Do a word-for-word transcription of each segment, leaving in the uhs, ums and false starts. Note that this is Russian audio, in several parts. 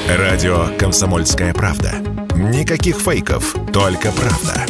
Радио «Комсомольская правда». Никаких фейков, только правда.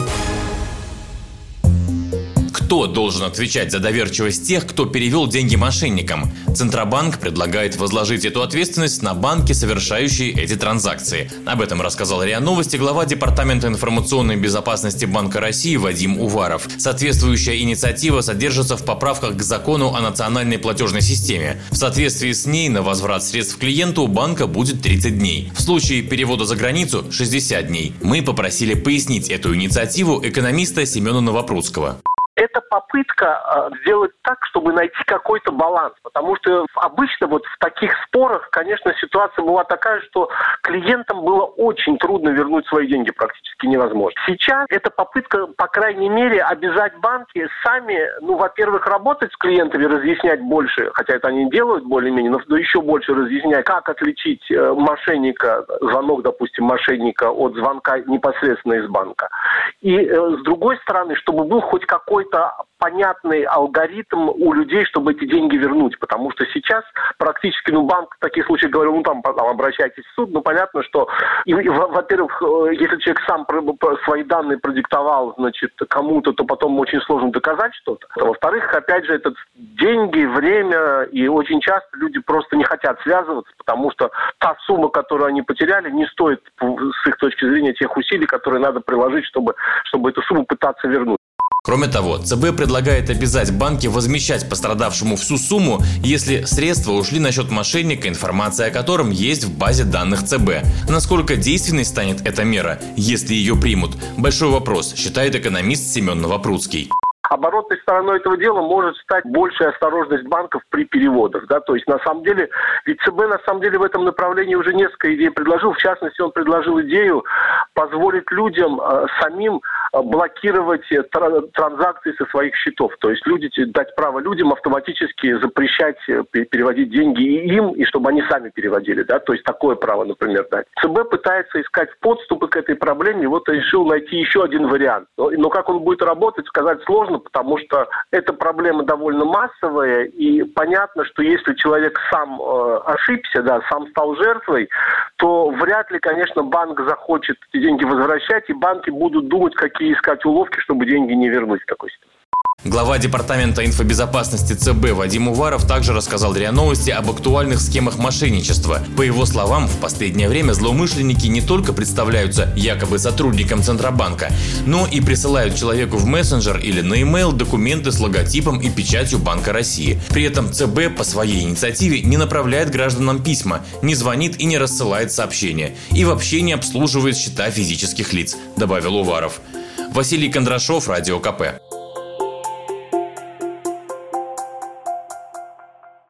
Кто должен отвечать за доверчивость тех, кто перевел деньги мошенникам? Центробанк предлагает возложить эту ответственность на банки, совершающие эти транзакции. Об этом рассказал РИА Новости глава Департамента информационной безопасности Банка России Вадим Уваров. Соответствующая инициатива содержится в поправках к закону о национальной платежной системе. В соответствии с ней на возврат средств клиенту у банка будет тридцать дней. В случае перевода за границу – шестьдесят дней. Мы попросили пояснить эту инициативу экономиста Семена Новопрудского. Это попытка сделать так, чтобы найти какой-то баланс. Потому что обычно вот в таких спорах, конечно, ситуация была такая, что клиентам было очень трудно вернуть свои деньги, практически невозможно. Сейчас эта попытка, по крайней мере, обязать банки сами, ну, во-первых, работать с клиентами, разъяснять больше, хотя это они делают более-менее, но еще больше разъяснять, как отличить мошенника, звонок, допустим, мошенника от звонка непосредственно из банка. И с другой стороны, чтобы был хоть какой-то понятный алгоритм у людей, чтобы эти деньги вернуть. Потому что сейчас практически, ну, банк в таких случаях говорил, ну, там, там обращайтесь в суд. Ну, понятно, что, и, и, во-первых, если человек сам свои данные продиктовал, значит, кому-то, то потом очень сложно доказать что-то. Во-вторых, опять же, это деньги, время, и очень часто люди просто не хотят связываться, потому что та сумма, которую они потеряли, не стоит, с их точки зрения, тех усилий, которые надо приложить, чтобы, чтобы эту сумму пытаться вернуть. Кроме того, ЦБ предлагает обязать банки возмещать пострадавшему всю сумму, если средства ушли на счет мошенника, информация о котором есть в базе данных ЦБ. Насколько действенной станет эта мера, если ее примут? Большой вопрос, считает экономист Семен Новопрудский. Оборотной стороной этого дела может стать большая осторожность банков при переводах. Да? То есть, на самом деле, ведь ЦБ, на самом деле, в этом направлении уже несколько идей предложил. В частности, он предложил идею позволить людям э, самим блокировать транзакции со своих счетов. То есть люди, дать право людям автоматически запрещать переводить деньги и им, и чтобы они сами переводили. Да? То есть такое право, например, дать. ЦБ пытается искать подступы к этой проблеме, и вот решил найти еще один вариант. Но, но как он будет работать, сказать сложно, потому что эта проблема довольно массовая, и понятно, что если человек сам э, ошибся, да, сам стал жертвой, то вряд ли, конечно, банк захочет эти деньги возвращать, и банки будут думать, какие искать уловки, чтобы деньги не вернуть в такой ситуации. Глава Департамента инфобезопасности ЦБ Вадим Уваров также рассказал РИА Новости об актуальных схемах мошенничества. По его словам, в последнее время злоумышленники не только представляются якобы сотрудником Центробанка, но и присылают человеку в мессенджер или на e-mail документы с логотипом и печатью Банка России. При этом ЦБ по своей инициативе не направляет гражданам письма, не звонит и не рассылает сообщения. И вообще не обслуживает счета физических лиц, добавил Уваров. Василий Кондрашов, Радио КП.